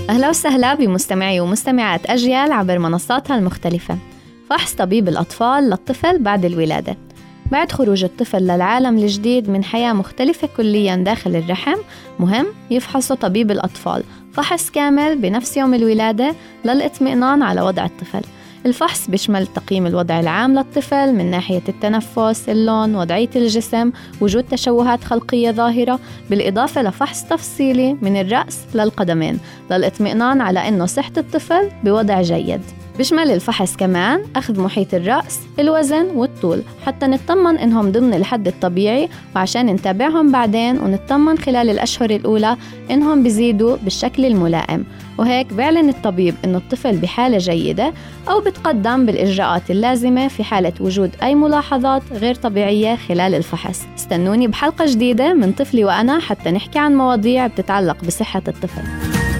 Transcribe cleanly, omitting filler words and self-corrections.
أهلا وسهلا بمستمعي ومستمعات أجيال عبر منصاتها المختلفة. فحص طبيب الأطفال للطفل بعد الولادة. بعد خروج الطفل للعالم الجديد من حياة مختلفة كلياً داخل الرحم، مهم يفحص طبيب الأطفال فحص كامل بنفس يوم الولادة للإطمئنان على وضع الطفل. الفحص بيشمل تقييم الوضع العام للطفل من ناحية التنفس، اللون، وضعية الجسم، وجود تشوهات خلقية ظاهرة، بالإضافة لفحص تفصيلي من الرأس للقدمين للإطمئنان على أنه صحة الطفل بوضع جيد. بيشمل الفحص كمان أخذ محيط الرأس، الوزن والطول حتى نطمن إنهم ضمن الحد الطبيعي، وعشان نتابعهم بعدين ونطمن خلال الأشهر الأولى إنهم بيزيدوا بالشكل الملائم. وهيك بيعلن الطبيب إنه الطفل بحالة جيدة، أو بتقدم بالإجراءات اللازمة في حالة وجود أي ملاحظات غير طبيعية خلال الفحص. استنوني بحلقة جديدة من طفلي وأنا حتى نحكي عن مواضيع بتتعلق بصحة الطفل.